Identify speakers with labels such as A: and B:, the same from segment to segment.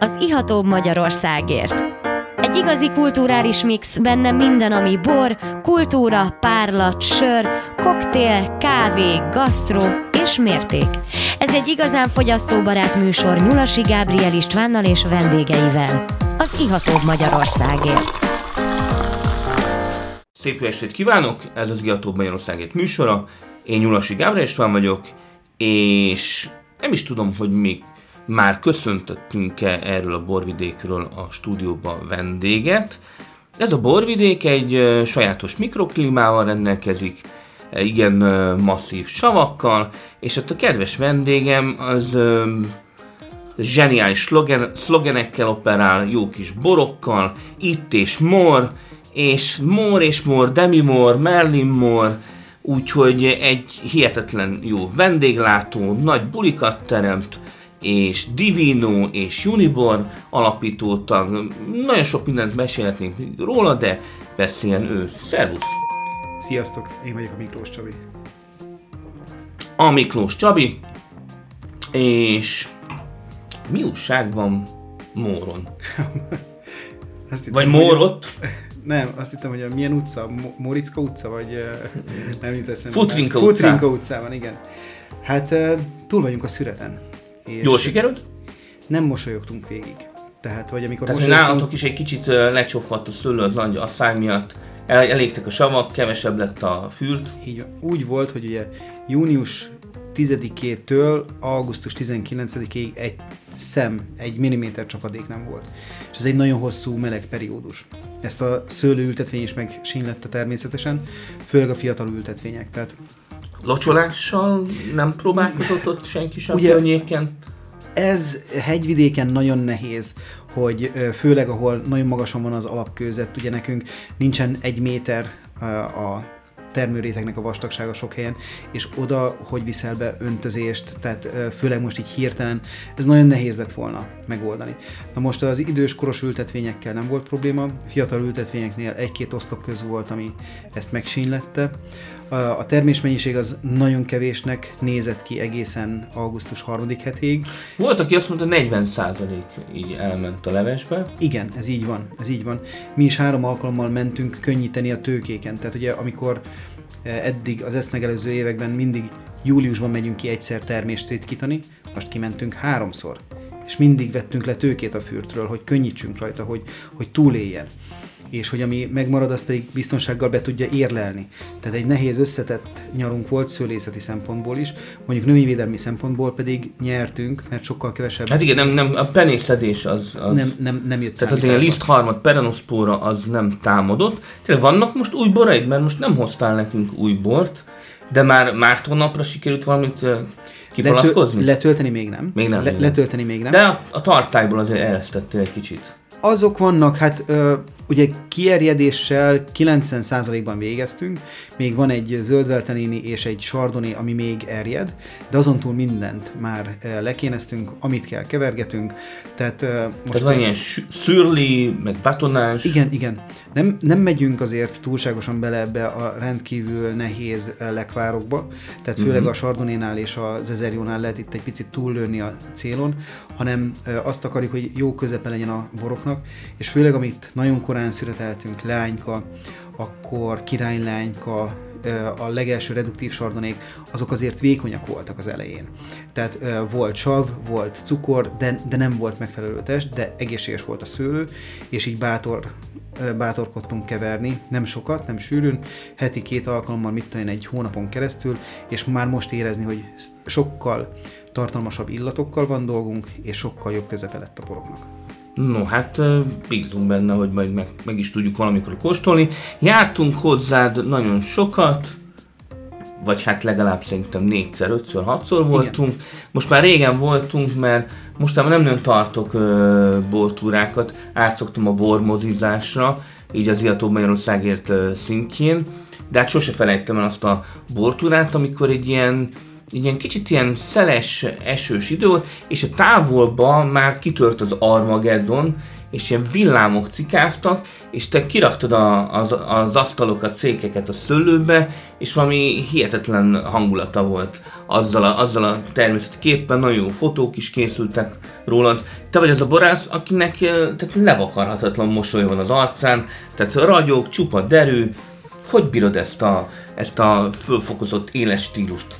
A: az ihatóbb Magyarországért. Egy igazi kulturális mix, benne minden, ami bor, kultúra, párlat, sör, koktél, kávé, gasztró és mérték. Ez egy igazán fogyasztóbarát műsor Nyulasi Gábriel Istvánnal és vendégeivel. Az ihatóbb Magyarországért.
B: Szép jó estét kívánok! Ez az ihatóbb Magyarországért műsora. Én Nyulasi Gábriel István vagyok, és nem is tudom, hogy még már köszöntöttünk-e erről a borvidékről a stúdióba vendéget. Ez a borvidék egy sajátos mikroklímával rendelkezik, igen masszív savakkal, és ott a kedves vendégem az zseniális szlogenekkel operál, jó kis borokkal, itt és more, és more, demi-more, Merlin-more, úgyhogy egy hihetetlen jó vendéglátó, nagy bulikat teremt, és Divino és Unibor alapítótag. Nagyon sok mindent mesélhetnénk róla, de beszéljen ő. Szervusz!
C: Sziasztok, én vagyok a Miklós Csabi.
B: A Miklós Csabi, és mi újság van Móron? Vagy Mórott?
C: Nem, azt hittem, hogy a milyen utca? Móricka utca, vagy nem jut eszembe.
B: Futrinka
C: utcában, igen. Hát túl vagyunk a szüreten.
B: Jól sikerült?
C: Nem mosolyogtunk végig. Tehát, vagy amikor
B: tehát nálatok is egy kicsit lecsofvadt a szőlő az nagy asszály miatt, elégtek a savak, kevesebb lett a fürt.
C: Így van. Úgy volt, hogy ugye június 10-től augusztus 19-ig egy milliméter csapadék nem volt. És ez egy nagyon hosszú meleg periódus. Ezt a szőlőültetvény is megsínlette természetesen, főleg a fiatal ültetvények. Tehát
B: locsolással nem próbálkozott ott senki sem környéken?
C: Ez hegyvidéken nagyon nehéz, hogy főleg ahol nagyon magasan van az alapkőzet, ugye nekünk nincsen 1 méter a termőrétegnek a vastagsága sok helyen, és oda, hogy viszel be öntözést, tehát főleg most így hirtelen, ez nagyon nehéz lett volna megoldani. Na most az időskoros ültetvényekkel nem volt probléma, fiatal ültetvényeknél 1-2 oszlopköz volt, ami ezt megsínylette. A termésmennyiség az nagyon kevésnek nézett ki egészen augusztus 3. hetéig.
B: Volt, aki azt mondta, 40% így elment a levesbe.
C: Igen, ez így van. Mi is 3 alkalommal mentünk könnyíteni a tőkéken. Tehát ugye amikor eddig az ezt megelőző években mindig júliusban megyünk ki egyszer termést ritkítani, most kimentünk 3-szor. És mindig vettünk le tőkét a fürtről, hogy könnyítsünk rajta, hogy túléljen. És hogy ami megmarad, azt pedig biztonsággal be tudja érlelni. Tehát egy nehéz összetett nyarunk volt szőlészeti szempontból is, mondjuk növényvédelmi szempontból pedig nyertünk, mert sokkal kevesebb...
B: Hát igen, nem a penészedés az...
C: Nem jött
B: tehát az ilyen lisztharmad, peronoszpóra az nem támadott. Tényleg vannak most új boraid, mert most nem hoztál nekünk új bort, de már hónapra sikerült valamit kipalackozni?
C: Letölteni még nem. Letölteni még nem.
B: De a tartályból azért eresztettél egy kicsit.
C: Azok vannak, hát ugye kierjedéssel 90%-ban végeztünk, még van egy zöldveltenini és egy chardonnay, ami még erjed, de azon túl mindent már lekéneztünk, amit kell kevergetünk, tehát most...
B: van ilyen szürli, meg batonás.
C: Igen. Nem megyünk azért túlságosan bele ebbe a rendkívül nehéz lekvárokba, tehát főleg a chardonnaynál és az ezerjónál lehet itt egy picit túllőni a célon, hanem azt akarjuk, hogy jó közepe legyen a boroknak, és főleg amit nagyon korán szüreteltünk, leányka, akkor királylányka, a legelső reduktív sardonék, azok azért vékonyak voltak az elején. Tehát volt sav, volt cukor, de nem volt megfelelő test, de egészséges volt a szőlő, és így bátorkodtunk keverni, nem sokat, nem sűrűn, heti 2 alkalommal, egy hónapon keresztül, és már most érezni, hogy sokkal tartalmasabb illatokkal van dolgunk, és sokkal jobb közepe lett a boroknak.
B: No, hát bízunk benne, hogy majd meg is tudjuk valamikor kóstolni. Jártunk hozzád nagyon sokat, vagy hát legalább szerintem 4-szer, 5-ször, 6-szor voltunk. Igen. Most már régen voltunk, mert mostában nem nagyon tartok bortúrákat, átszoktam a bormozizásra, így az ihatóbb Magyarországért szintjén, de hát sose felejtem el azt a bortúrát, amikor egy ilyen kicsit ilyen szeles, esős idő volt, és a távolban már kitört az Armageddon, és ilyen villámok cikáztak, és te kiraktad az asztalokat, székeket a szőlőbe, és valami hihetetlen hangulata volt azzal a természeti képpen, nagyon jó fotók is készültek rólad. Te vagy az a borász, akinek tehát levakarhatatlan mosoly van az arcán, tehát ragyog, csupa derű. Hogy bírod ezt a fölfokozott éles stílust?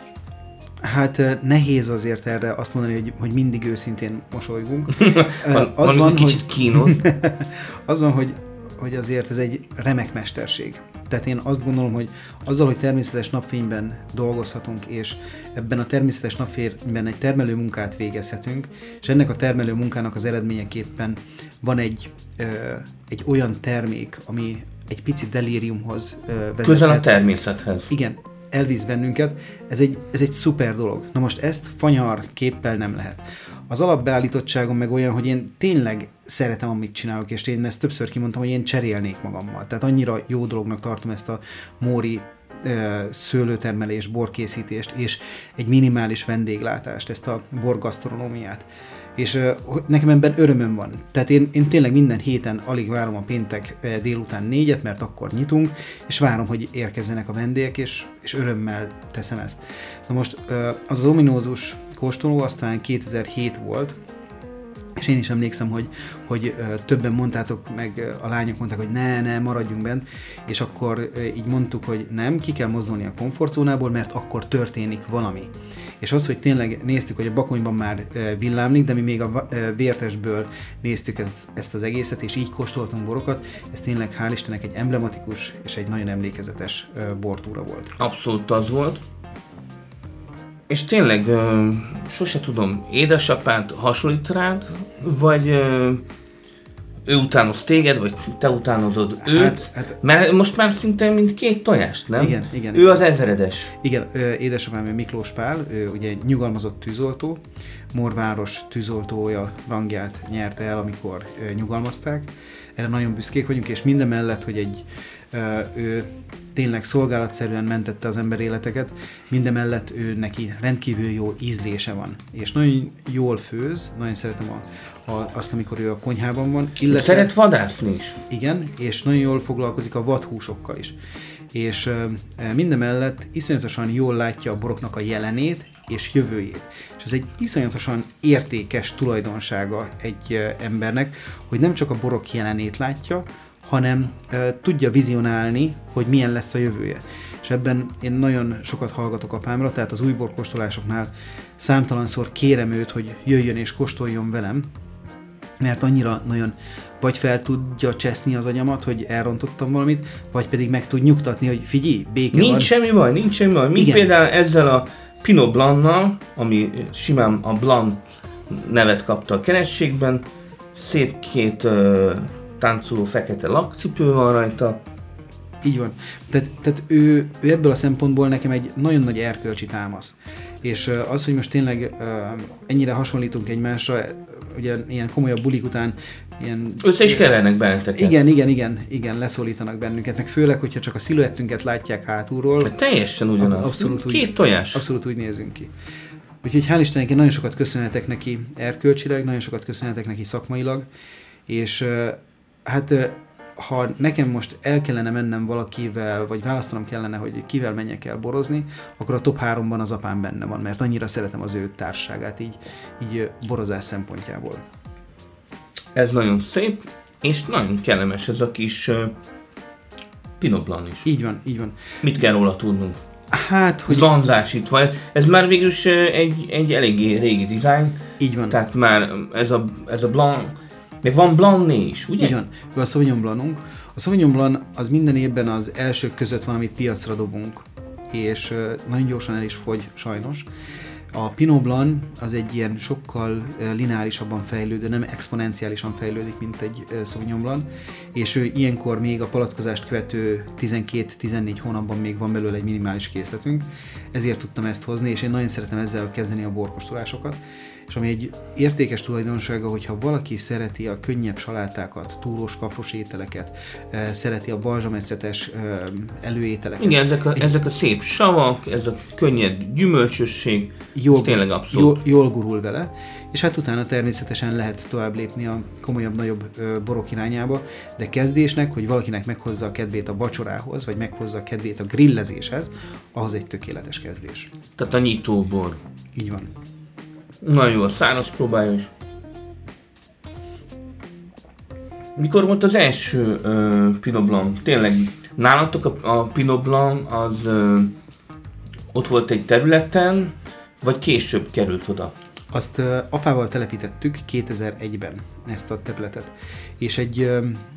C: Hát nehéz azért erre azt mondani, hogy mindig őszintén mosolygunk.
B: Van kicsit kínos.
C: Az van, hogy azért ez egy remek mesterség. Tehát én azt gondolom, hogy azzal, hogy természetes napfényben dolgozhatunk, és ebben a természetes napfényben egy termelő munkát végezhetünk, és ennek a termelő munkának az eredményeképpen van egy olyan termék, ami egy picit delíriumhoz vezethet.
B: Közel a természethez.
C: Igen, elvisz bennünket, ez egy szuper dolog. Na most ezt fanyar képpel nem lehet. Az alapbeállítottságom meg olyan, hogy én tényleg szeretem, amit csinálok, és én ezt többször kimondtam, hogy én cserélnék magammal. Tehát annyira jó dolognak tartom ezt a móri szőlőtermelés, borkészítést, és egy minimális vendéglátást, ezt a borgasztronómiát. És nekem ebben örömöm van. Tehát én tényleg minden héten alig várom a péntek délután 4-et, mert akkor nyitunk, és várom, hogy érkezzenek a vendégek, és örömmel teszem ezt. Na most az ominózus kóstoló aztán 2007 volt, és én is emlékszem, hogy többen mondtátok, meg a lányok mondták, hogy ne, maradjunk bent, és akkor így mondtuk, hogy nem, ki kell mozdulni a komfortzónából, mert akkor történik valami. És az, hogy tényleg néztük, hogy a Bakonyban már villámlik, de mi még a Vértesből néztük ezt az egészet, és így kóstoltunk borokat, ez tényleg hál' Istennek egy emblematikus és egy nagyon emlékezetes bortúra volt.
B: Abszolút az volt. És tényleg sose tudom, édesapád hasonlít rád, vagy ő utánoz téged, vagy te utánozod őt? Mert most már szinte mint két tojást, nem?
C: Igen.
B: Ő az ezredes.
C: Igen, édesapám Miklós Pál, ő ugye nyugalmazott tűzoltó, Morváros tűzoltója rangját nyerte el, amikor nyugalmazták. Erre nagyon büszkék vagyunk, és mindemellett, hogy ő tényleg szolgálatszerűen mentette az ember életeket, mindemellett ő neki rendkívül jó ízlése van, és nagyon jól főz, nagyon szeretem azt, amikor ő a konyhában van.
B: Illetve, szeret vadászni is.
C: Igen, és nagyon jól foglalkozik a vadhúsokkal is. És mindemellett iszonyatosan jól látja a boroknak a jelenét és jövőjét. És ez egy iszonyatosan értékes tulajdonsága egy embernek, hogy nem csak a borok jelenét látja, hanem tudja vizionálni, hogy milyen lesz a jövője. És ebben én nagyon sokat hallgatok apámra, tehát az új borkóstolásoknál számtalanszor kérem őt, hogy jöjjön és kóstoljon velem, mert annyira nagyon vagy fel tudja cseszni az agyamat, hogy elrontottam valamit, vagy pedig meg tud nyugtatni, hogy figyelj, béke van.
B: Nincs semmi baj. Mint például ezzel a Pinot Blanc-nal, ami simán a Blanc nevet kapta a kerességben, szép két táncoló fekete lakcipő van rajta.
C: Így van. Tehát ő ebből a szempontból nekem egy nagyon nagy erkölcsi támasz. És az, hogy most tényleg ennyire hasonlítunk egymásra, ugye ilyen komolyabb bulik után ilyen...
B: Össze is kevernek benneteket.
C: Igen, leszólítanak bennünket, meg főleg, hogyha csak a sziluettünket látják hátulról.
B: De teljesen ugyanaz.
C: Abszolút
B: két tojás.
C: Abszolút úgy nézünk ki. Úgyhogy hál' Istennek én nagyon sokat köszönhetek neki erkölcsileg, nagyon sokat köszönhetek neki szakmailag, és hát ha nekem most el kellene mennem valakivel, vagy választanom kellene, hogy kivel menjek el borozni, akkor a top 3-ban az apám benne van, mert annyira szeretem az ő társaságát így borozás szempontjából.
B: Ez nagyon szép, és nagyon kellemes ez a kis Pinot Blanc is.
C: Így van.
B: Mit kell róla tudnunk?
C: Hát, hogy...
B: Zanzásítva. Ez már végülis egy eléggé régi dizájn.
C: Így van.
B: Tehát már ez a Blanc, még van Blanc-né is, ugye?
C: Így van. A Sauvignon Blancunk. A Sauvignon Blanc az minden évben az elsők között van, amit piacra dobunk, és nagyon gyorsan el is fogy, sajnos. A Pinot Blanc az egy ilyen sokkal lineárisabban fejlődő, nem exponenciálisan fejlődik, mint egy Sauvignon Blanc, és ő ilyenkor még a palackozást követő 12-14 hónapban még van belőle egy minimális készletünk, ezért tudtam ezt hozni, és én nagyon szeretem ezzel kezdeni a borkóstolásokat. és ami egy értékes tulajdonsága, hogyha valaki szereti a könnyebb salátákat, túrós kapros ételeket, szereti a balzsamecetes előételeket.
B: Igen, ezek a szép savak, ez a könnyed gyümölcsösség, ez tényleg abszolút.
C: Jól gurul vele, és hát utána természetesen lehet tovább lépni a komolyabb, nagyobb borok irányába, de kezdésnek, hogy valakinek meghozza a kedvét a vacsorához, vagy meghozza a kedvét a grillezéshez, ahhoz egy tökéletes kezdés.
B: Tehát a nyitóbor.
C: Így van.
B: Nagyon jó, a száraz próbálja is. Mikor volt az első Pinot Blanc? Tényleg, nálatok a Pinot Blanc az ott volt egy területen, vagy később került oda?
C: Azt apával telepítettük 2001-ben ezt a területet, és egy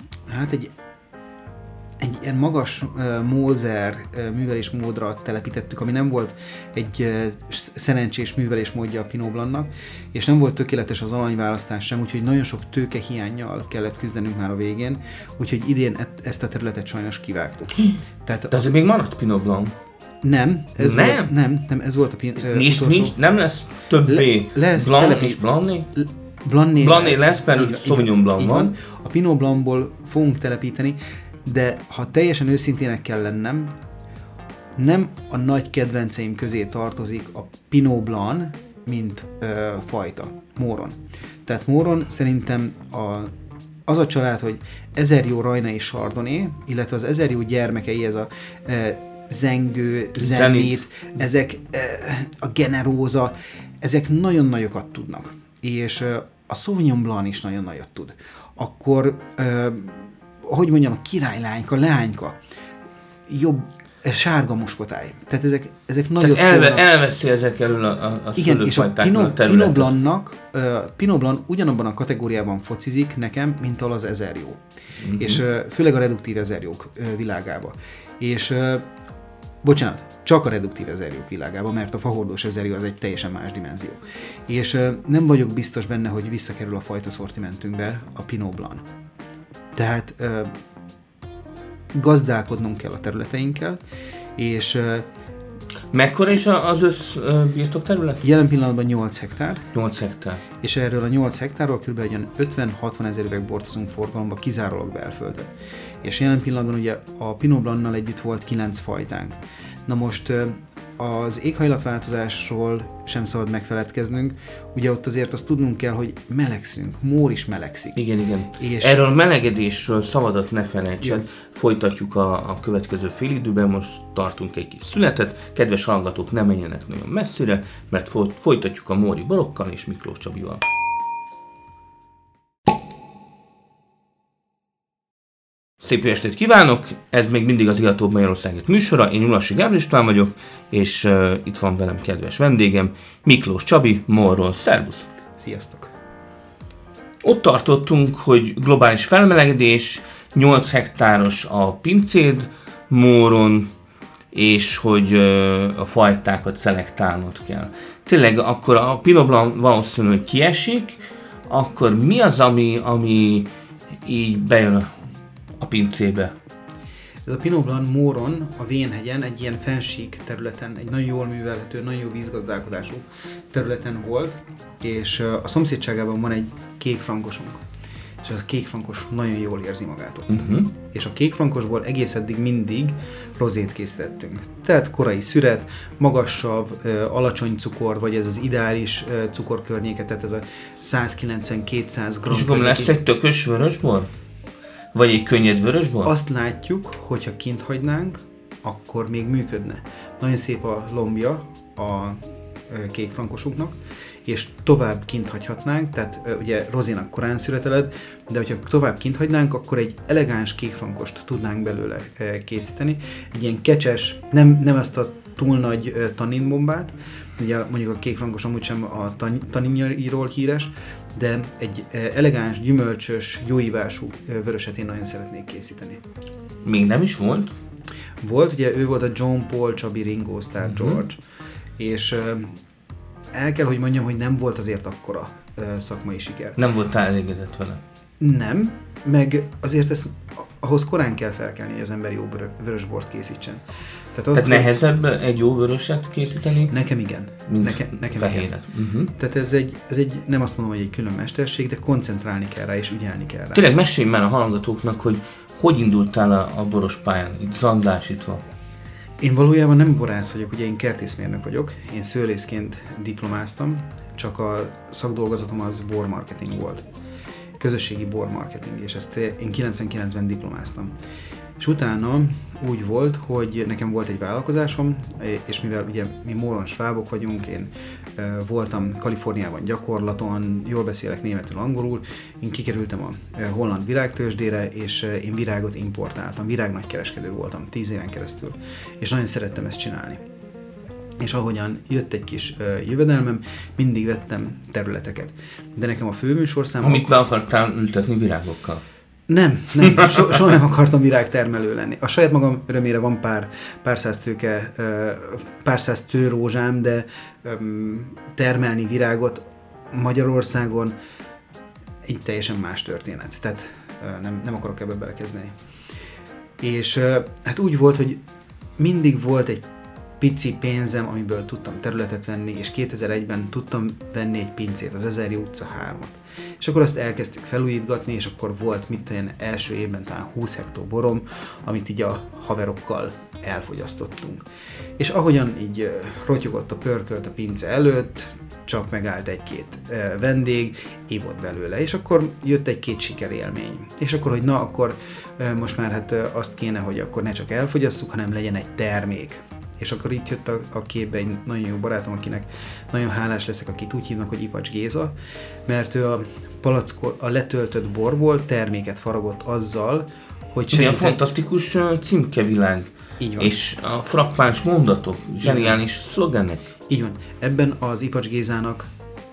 C: ilyen magas módszer művelésmódra telepítettük, ami nem volt egy szerencsés művelésmódja a Pinot Blancnak, és nem volt tökéletes az alanyválasztás sem, úgyhogy nagyon sok tőkehiánnyal kellett küzdenünk már a végén, úgyhogy idén ezt a területet sajnos kivágtuk.
B: De ez még maradt Pinot Blanc?
C: Nem, ez volt a
B: utolsó. Nem lesz többé Blanc és Blanc? Blanc lesz, mert Sauvignon Blanc van.
C: A Pinot Blancból fogunk telepíteni, de ha teljesen őszintének kell lennem, nem a nagy kedvenceim közé tartozik a Pinot Blanc, mint fajta, Móron. Tehát Móron szerintem az a család, hogy 1000 jó rajnai Chardonnay, illetve az 1000 jó gyermekei, ez a zengő, zenit, ezek a generóza, ezek nagyon nagyokat tudnak. És a Sauvignon Blanc is nagyon nagyot tud. Akkor, hogy mondjam, a királylányka, leányka, jobb, sárga muskotáj. Tehát ezek nagyot szólnak.
B: Elveszi ezek elől a szőlőfajtáknak a területet.
C: Pinot Blanc ugyanabban a kategóriában focizik nekem, mint ahol az 1000 jó. Uh-huh. És főleg a reduktív 1000 jók világába. És bocsánat, csak a reduktív 1000 jók világában, mert a fahordós 1000 jó az egy teljesen más dimenzió. És nem vagyok biztos benne, hogy visszakerül a fajta szortimentünkbe a Pinot Blanc. Tehát gazdálkodnunk kell a területeinkkel, és...
B: Mekkora is az birtok terület?
C: Jelen pillanatban 8 hektár.
B: 8 hektár.
C: És erről a 8 hektárról kb. 50-60 ezer üveg bort hozunk forgalomba, kizárólag belföldön. És jelen pillanatban ugye a Pinot Blancnal együtt volt 9 fajtánk. Na most az éghajlatváltozásról sem szabad megfeledkeznünk, ugye ott azért azt tudnunk kell, hogy melegszünk, Mór is melegszik.
B: Igen. És erről a melegedésről szabadat ne felejtsed, folytatjuk a következő félidőben, most tartunk egy kis szünetet, kedves hallgatók, ne menjenek nagyon messzire, mert folytatjuk a móri borokkal és Miklós Csabival. Szép jó estét kívánok! Ez még mindig az Ihatóbb Magyarországért műsora. Én Ulassi Gábor István vagyok, és itt van velem kedves vendégem, Miklós Csabi, Mórról. Szervusz!
C: Sziasztok!
B: Ott tartottunk, hogy globális felmelegedés, 8 hektáros a pincéd Móron, és hogy a fajtákat szelektálnod kell. Tényleg akkor a Pinot Blanc valószínűleg kiesik, akkor mi az, ami így bejön a pincébe?
C: Ez a Pinot Blanc Móron, a Vénhegyen, egy ilyen fensík területen, egy nagyon jól művelhető, nagyon jó vízgazdálkodású területen volt, és a szomszédságában van egy kékfrankosunk. És az a kékfrankos nagyon jól érzi magát ott. Uh-huh. És a kékfrankosból egész eddig mindig rozét készítettünk. Tehát korai szüret, magas sav, alacsony cukor, vagy ez az ideális cukorkörnyéke, tehát ez a 190-200 g.
B: És akkor lesz egy tökös vörösbor? Vagy egy könnyed vörösbor?
C: Azt látjuk, hogyha kint hagynánk, akkor még működne. Nagyon szép a lombja a kékfrankosunknak, és tovább kint hagyhatnánk, tehát ugye rozénak korán születeled, de hogyha tovább kint hagynánk, akkor egy elegáns kékfrankost tudnánk belőle készíteni. Egy ilyen kecses, nem ezt a túl nagy taninbombát, ugye mondjuk a kékfrankos amúgy sem a taninjairól híres, de egy elegáns, gyümölcsös, jóívású vöröset én nagyon szeretnék készíteni.
B: Még nem is volt?
C: Volt, ugye ő volt a John Paul Csabi Ringo Starr George, és el kell, hogy mondjam, hogy nem volt azért akkora szakmai siker.
B: Nem voltál elégedett vele?
C: Nem, meg azért ahhoz korán kell felkelni, hogy az ember jó vörösbort készítsen.
B: Tehát nehezebb egy jó vöröset készíteni?
C: Nekem igen. Nekem
B: fehéret.
C: Igen. Tehát ez egy, nem azt mondom, hogy egy külön mesterség, de koncentrálni kell rá és ügyelni kell rá.
B: Tényleg mesélj már a hallgatóknak, hogy indultál a boros pályán, itt zandásítva?
C: Én valójában nem borász vagyok, ugye én kertészmérnök vagyok, én szőlészként diplomáztam, csak a szakdolgozatom az bormarketing volt. Közösségi bormarketing, és ezt én 99-ben diplomáztam. És utána úgy volt, hogy nekem volt egy vállalkozásom, és mivel ugye mi móron svábok vagyunk, én voltam Kaliforniában gyakorlaton, jól beszélek németül, angolul, én kikerültem a holland virágtőzsdére, és én virágot importáltam, virágnagykereskedő voltam 10 éven keresztül, és nagyon szerettem ezt csinálni. És ahogyan jött egy kis jövedelmem, mindig vettem területeket. De nekem a főműsorszámban...
B: Amit be akartál ültetni virágokkal?
C: Nem, soha nem akartam virágtermelő lenni. A saját magam örömére van pár száz tőrózsám, de termelni virágot Magyarországon egy teljesen más történet. Tehát nem akarok ebbe belekezdeni. És hát úgy volt, hogy mindig volt egy pici pénzem, amiből tudtam területet venni, és 2001-ben tudtam venni egy pincét, az Ezerjé utca 3-at. És akkor azt elkezdtük felújítgatni, és akkor volt olyan első évben talán 20 hektó borom, amit így a haverokkal elfogyasztottunk. És ahogyan így rotyogott a pörkölt a pince előtt, csak megállt egy-két vendég, ivott belőle, és akkor jött egy-két sikerélmény. És akkor, hogy akkor most már hát azt kéne, hogy akkor ne csak elfogyasszuk, hanem legyen egy termék. És akkor itt jött a képbe egy nagyon jó barátom, akinek nagyon hálás leszek, akit úgy hívnak, hogy Ipacs Géza, mert ő a letöltött borból terméket faragott azzal, hogy
B: segített... Ilyen fantasztikus címkevilág.
C: Így van.
B: És a frappáns mondatok, zseniális szlogenek.
C: Így van. Ebben az Ipacs Gézának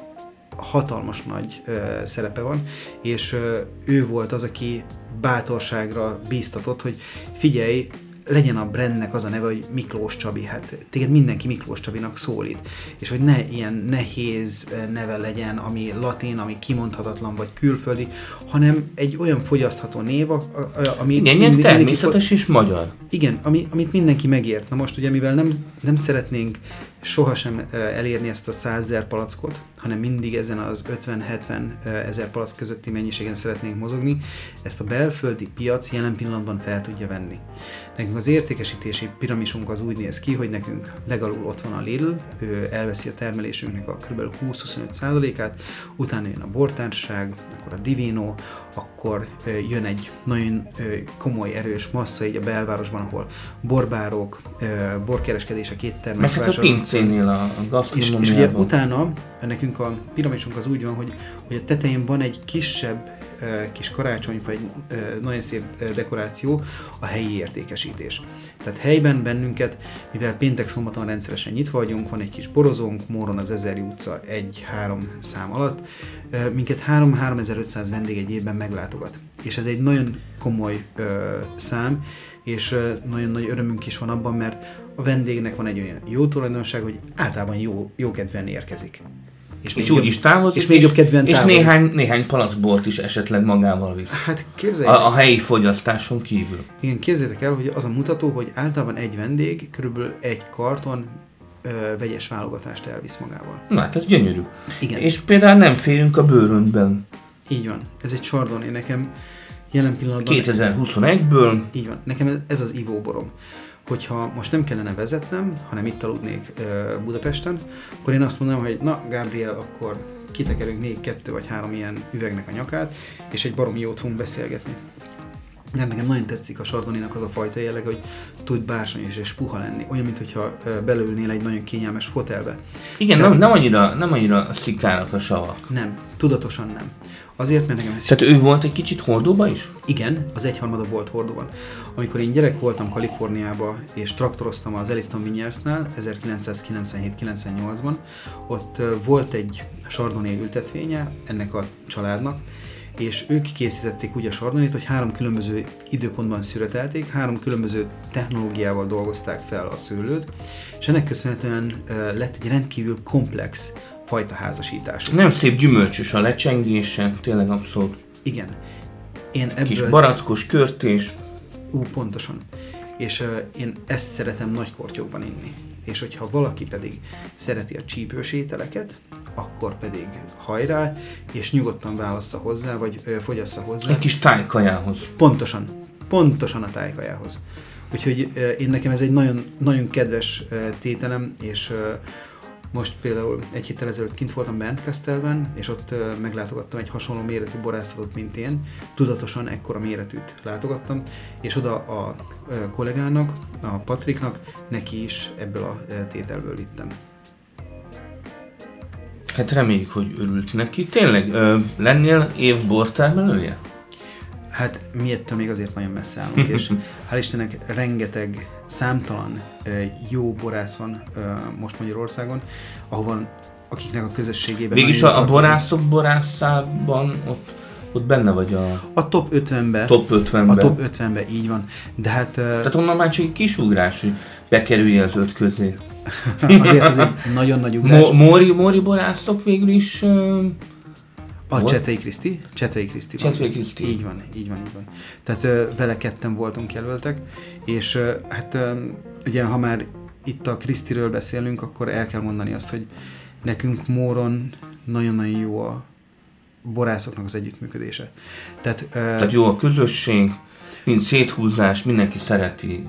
C: hatalmas nagy szerepe van, és ő volt az, aki bátorságra bíztatott, hogy figyelj, legyen a brandnek az a neve, hogy Miklós Csabi, hát téged mindenki Miklós Csabinak szólít, és hogy ne ilyen nehéz neve legyen, ami latin, ami kimondhatatlan vagy külföldi, hanem egy olyan fogyasztható név, ami...
B: Igen, ilyen természetes és magyar.
C: Igen, amit mindenki megért. Na most ugye, mivel nem szeretnénk sohasem elérni ezt a 100 000 palackot, hanem mindig ezen az 50-70 ezer palack közötti mennyiségen szeretnénk mozogni, ezt a belföldi piac jelen pillanatban fel tudja venni. Nekünk az értékesítési piramisunk az úgy néz ki, hogy nekünk legalul ott van a Lidl, ő elveszi a termelésünknek a kb. 20-25%-át, utána jön a bortársaság, akkor a Divino, akkor jön egy nagyon komoly, erős massza így a belvárosban, ahol borbárok, borkereskedések, éttermek.
B: Meg hát a pincénél, a gasztronómiában.
C: És ugye utána nekünk a piramisunk az úgy van, hogy a tetején van egy kisebb kis karácsonyfa, egy nagyon szép dekoráció, a helyi értékesítés. Tehát helyben bennünket, mivel péntek-szombaton rendszeresen nyitva vagyunk, van egy kis borozónk, Móron az Ezerjé utca 1-3 szám alatt, minket 3-3500 vendég egy évben meglátogat. És ez egy nagyon komoly szám, és nagyon nagy örömünk is van abban, mert a vendégnek van egy olyan jó tulajdonság, hogy általában jó kedven érkezik.
B: És úgy is távozik,
C: és még jobb kedven távozik.
B: És néhány palackbort is esetleg magával visz.
C: Hát képzeljétek.
B: A helyi fogyasztáson kívül.
C: Igen, képzeljétek el, hogy az a mutató, hogy általában egy vendég körülbelül egy karton vegyes válogatást elvisz magával.
B: Na, hát ez gyönyörű.
C: Igen.
B: És például nem férünk a bőröntben.
C: Így van. Ez egy Chardonnay nekem jelen pillanatban.
B: 2021-ből.
C: Így van. Nekem ez az ivóborom. Hogyha most nem kellene vezetnem, hanem itt aludnék Budapesten, akkor én azt mondom, hogy na, Gabriel, akkor kitekerünk még 2 vagy 3 ilyen üvegnek a nyakát, és egy baromi jót fogunk beszélgetni. De nekem nagyon tetszik a Chardonnaynak az a fajta jelleg, hogy tud bársonyos és puha lenni. Olyan, mintha belülnél egy nagyon kényelmes fotelbe.
B: Igen, nem annyira szikárak a savak.
C: Nem, tudatosan nem. Azért, mert nekem ez...
B: Tehát ő volt egy kicsit hordóba is?
C: Igen, az 1/3 volt hordóban. Amikor én gyerek voltam Kaliforniába, és traktoroztam az Elliston Vineyardsnál 1997-98-ban, ott volt egy Chardonnay ültetvénye ennek a családnak, és ők készítették úgy a Chardonnayt, hogy 3 különböző időpontban szüretelték, 3 különböző technológiával dolgozták fel a szőlőt, és ennek köszönhetően lett egy rendkívül komplex fajta házasításuk.
B: Nem szép gyümölcsös a lecsengése, tényleg abszolút.
C: Igen. Én ebből...
B: Kis barackos körtés.
C: Pontosan. és én ezt szeretem nagy kortyokban inni. És hogyha valaki pedig szereti a csípős ételeket, akkor pedig hajrá, és nyugodtan válassza hozzá, vagy fogyassza hozzá.
B: Egy kis tájkajához.
C: Pontosan a tájkajához. Úgyhogy én nekem ez egy nagyon, nagyon kedves tételem, és most például egy héttel ezelőtt kint voltam Bernkastelben, és ott meglátogattam egy hasonló méretű borászatot, mint én. Tudatosan ekkora méretűt látogattam, és oda a kollégának, a Patriknak, neki is ebből a tételből vittem.
B: Hát reméljük, hogy örült neki. Tényleg, lennél év bortermelője?
C: Hát mi ettől még azért nagyon messze állunk, és hál' Istennek rengeteg, számtalan jó borász van most Magyarországon, ahova, akiknek a közösségében...
B: Végülis a borászok borászában ott benne vagy
C: a top 50-ben.
B: Top 50-ben.
C: A top 50-ben, így van. De hát...
B: Tehát onnan már csak egy kis ugrás, hogy bekerülje az 5 közé.
C: azért nagyon nagy ugrás.
B: Móri borászok végül is...
C: A Csetvei Kriszti.
B: Így
C: van. Tehát vele ketten voltunk jelöltek, és hát ugye, ha már itt a Krisztiről beszélünk, akkor el kell mondani azt, hogy nekünk Móron nagyon-nagyon jó a borászoknak az együttműködése. Tehát
B: jó a közösség, mind széthúzás, mindenki szereti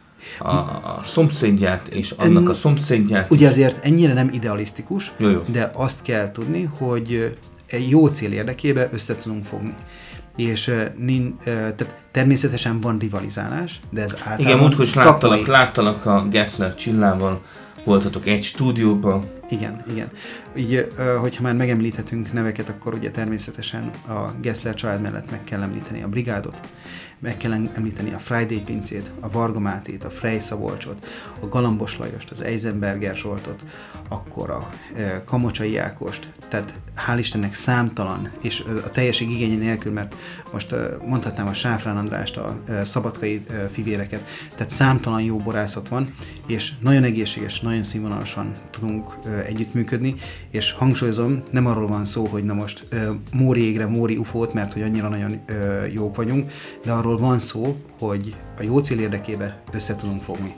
B: a szomszédját, és annak a szomszédját.
C: Ugye azért ennyire nem idealisztikus,
B: jó.
C: De azt kell tudni, hogy egy jó cél érdekében össze tudunk fogni. És tehát természetesen van rivalizálás, de ez általában
B: igen, múltkor is
C: szakmai...
B: láttalak a Gessler Csillával, voltatok egy stúdióban.
C: Igen. Így, hogyha már megemlíthetünk neveket, akkor ugye természetesen a Gessler család mellett meg kell említeni a Brigádot, meg kell említeni a Friday Pincét, a Varga Mátét, a Frey Szabolcsot, a Galambos Lajost, az Eisenberger Zsoltot, akkor a Kamocsai Ákost, tehát hál' Istennek számtalan, és a teljesség igénye nélkül, mert most mondhatnám a Sáfrán Andrást, a szabadkai fivéreket, tehát számtalan jó borászat van, és nagyon egészséges, nagyon színvonalasan tudunk együttműködni, és hangsúlyozom, nem arról van szó, hogy na most Móri égre, Móri ufót, mert hogy annyira nagyon jók vagyunk, de arról van szó, hogy a jó cél érdekében össze tudunk fogni.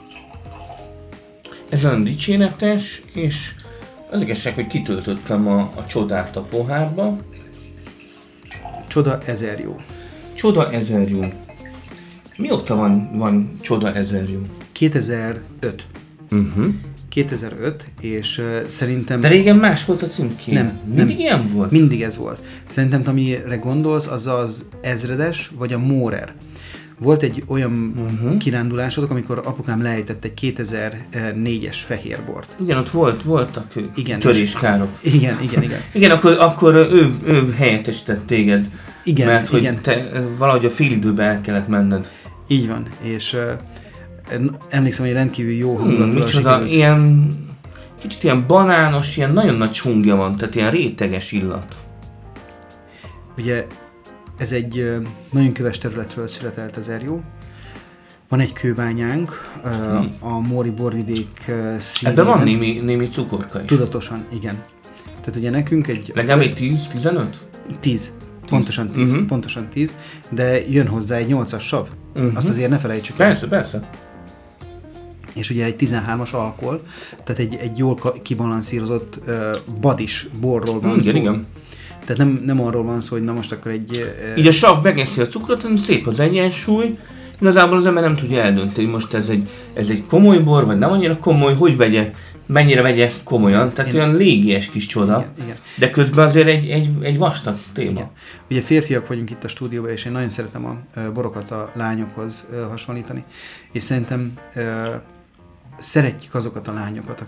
B: Ez nagyon dicséretes, és az igazság, hogy kitöltöttem a csodát a pohárba.
C: Csoda 1000 jó.
B: Csoda 1000 jó. Mióta van Csoda 1000 jó?
C: 2005. 2005, és szerintem...
B: De régen más volt a címkén.
C: Nem.
B: Mindig ilyen volt?
C: Mindig ez volt. Szerintem, amire gondolsz, az az ezredes, vagy a Mórer. Volt egy olyan kirándulásodok, amikor apukám lejtett egy 2004-es fehérbort.
B: Igen, ott voltak töréskárok.
C: Igen.
B: Igen, akkor ő helyettesített téged.
C: Igen,
B: mert hogy
C: igen.
B: Te valahogy a félidőben el kellett menned.
C: Így van, és emlékszem, hogy rendkívül jó hangulatúan
B: sikerült. Ilyen, kicsit ilyen banános, ilyen nagyon nagy csungja van, tehát ilyen réteges illat.
C: Ugye ez egy nagyon köves területről született 1000 jó. Van egy kőbányánk, a Móri borvidék szívében.
B: Ebben van némi cukorka is.
C: Tudatosan, igen. Tehát ugye nekünk egy...
B: Legalább egy 10-15?
C: 10. Pontosan 10, de jön hozzá egy 8-as sav. Azt azért ne felejtsük
B: el. Persze.
C: És ugye egy 13-as alkohol, tehát egy jól kibalanszírozott badis borról van szó. Igen. Tehát nem arról van szó, hogy na most akkor egy...
B: Így a sav megeszi a cukrot, hanem szép az egyensúly. Igazából az ember nem tudja eldönteni, most ez egy komoly bor, vagy nem annyira komoly, mennyire vegye komolyan, tehát olyan légies kis csoda,
C: igen.
B: De közben azért egy vastag téma. Igen.
C: Ugye férfiak vagyunk itt a stúdióban, és én nagyon szeretem a borokat a lányokhoz hasonlítani, és szerintem szeretjük azokat a lányokat,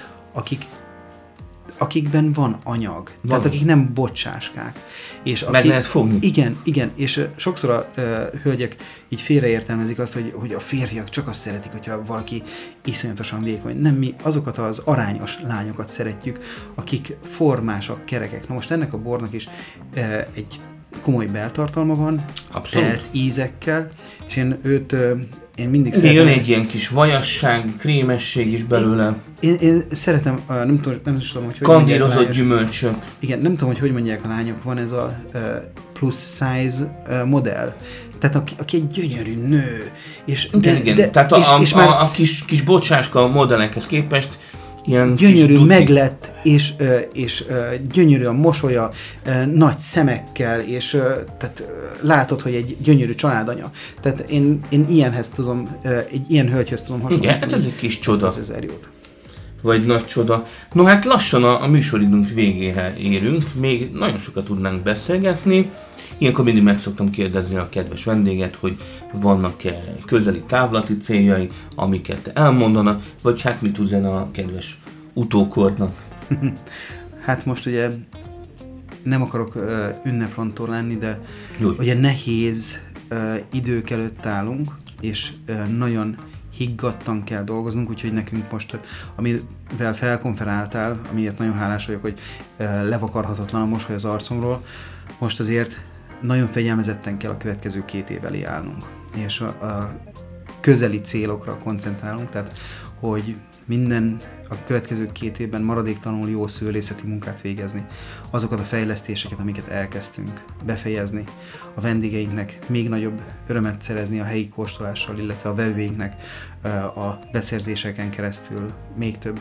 C: akikben van anyag, tehát akik nem bocsáskák. És
B: meg lehet fogni.
C: Igen, és sokszor a hölgyek így félreértelmezik azt, hogy a férfiak csak azt szeretik, hogyha valaki iszonyatosan vékony. Nem, mi azokat az arányos lányokat szeretjük, akik formásak, kerekek. Na most ennek a bornak is egy komoly beltartalma van, telt ízekkel, és én mindig
B: szeretem. Jön egy ilyen kis vajasság, krémesség is belőle.
C: Én szeretem, nem tudom, hogy
B: kandírozott gyümölcsök.
C: Igen, nem tudom, hogy mondják a lányok, van ez a plus size modell. Tehát aki egy gyönyörű nő. És
B: igen. Tehát a kis bocsáska modellekhez képest ilyen
C: gyönyörű, meglett, és gyönyörű a mosolya, nagy szemekkel, és tehát látod, hogy egy gyönyörű családanya. Tehát én ilyenhez tudom, egy ilyen hölgyhöz tudom hasonlítani.
B: Igen, hát ez egy kis csoda.
C: Az 1000 jót.
B: Vagy nagy csoda. No hát lassan a műsoridőnk végére érünk, még nagyon sokat tudnánk beszélgetni. Ilyenkor mindig meg szoktam kérdezni a kedves vendéget, hogy vannak-e közeli távlati céljai, amiket elmondanak, vagy hát mit üzen a kedves utókornak.
C: Hát most ugye nem akarok ünneprontó lenni, de
B: Jó.
C: ugye nehéz idők előtt állunk, és nagyon higgadtan kell dolgoznunk, úgyhogy nekünk most, amivel felkonferáltál, amiért nagyon hálás vagyok, hogy levakarhatatlan a mosoly az arcomról, most azért nagyon fegyelmezetten kell a következő 2 év elé állnunk, és a közeli célokra koncentrálunk, tehát hogy a következő 2 évben maradéktalanul jó szőlészeti munkát végezni, azokat a fejlesztéseket, amiket elkezdtünk befejezni, a vendégeinknek még nagyobb örömet szerezni a helyi kóstolással, illetve a vevőinknek a beszerzéseken keresztül még több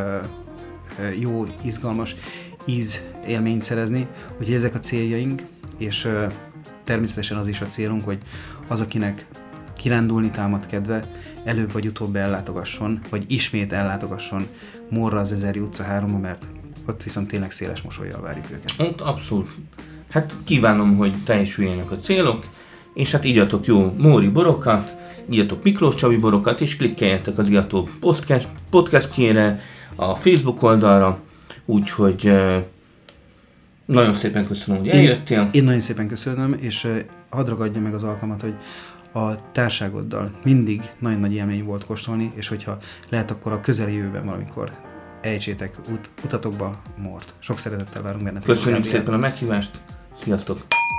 C: jó, izgalmas ízélményt szerezni, úgyhogy ezek a céljaink, és természetesen az is a célunk, hogy az, akinek kirándulni támad kedve, előbb vagy utóbb ellátogasson, vagy ismét ellátogasson Mórra az 1000 utca 3-ba, mert ott viszont tényleg széles mosollyal várjuk őket.
B: Ott abszolút. Hát kívánom, hogy teljesüljenek a célok, és hát igyatok jó móri borokat, igyatok Miklós Csabi borokat, és klikkeljetek az Igyató podcastjére, a Facebook oldalra, úgyhogy nagyon szépen köszönöm, hogy eljöttél.
C: Én nagyon szépen köszönöm, és hadd ragadjam meg az alkalmat, hogy a társágoddal mindig nagyon nagy élmény volt kóstolni, és hogyha lehet, akkor a közeljövőben valamikor ejtsétek utatokba Mórt. Sok szeretettel várunk benneteket.
B: Köszönjük szépen a meghívást, sziasztok!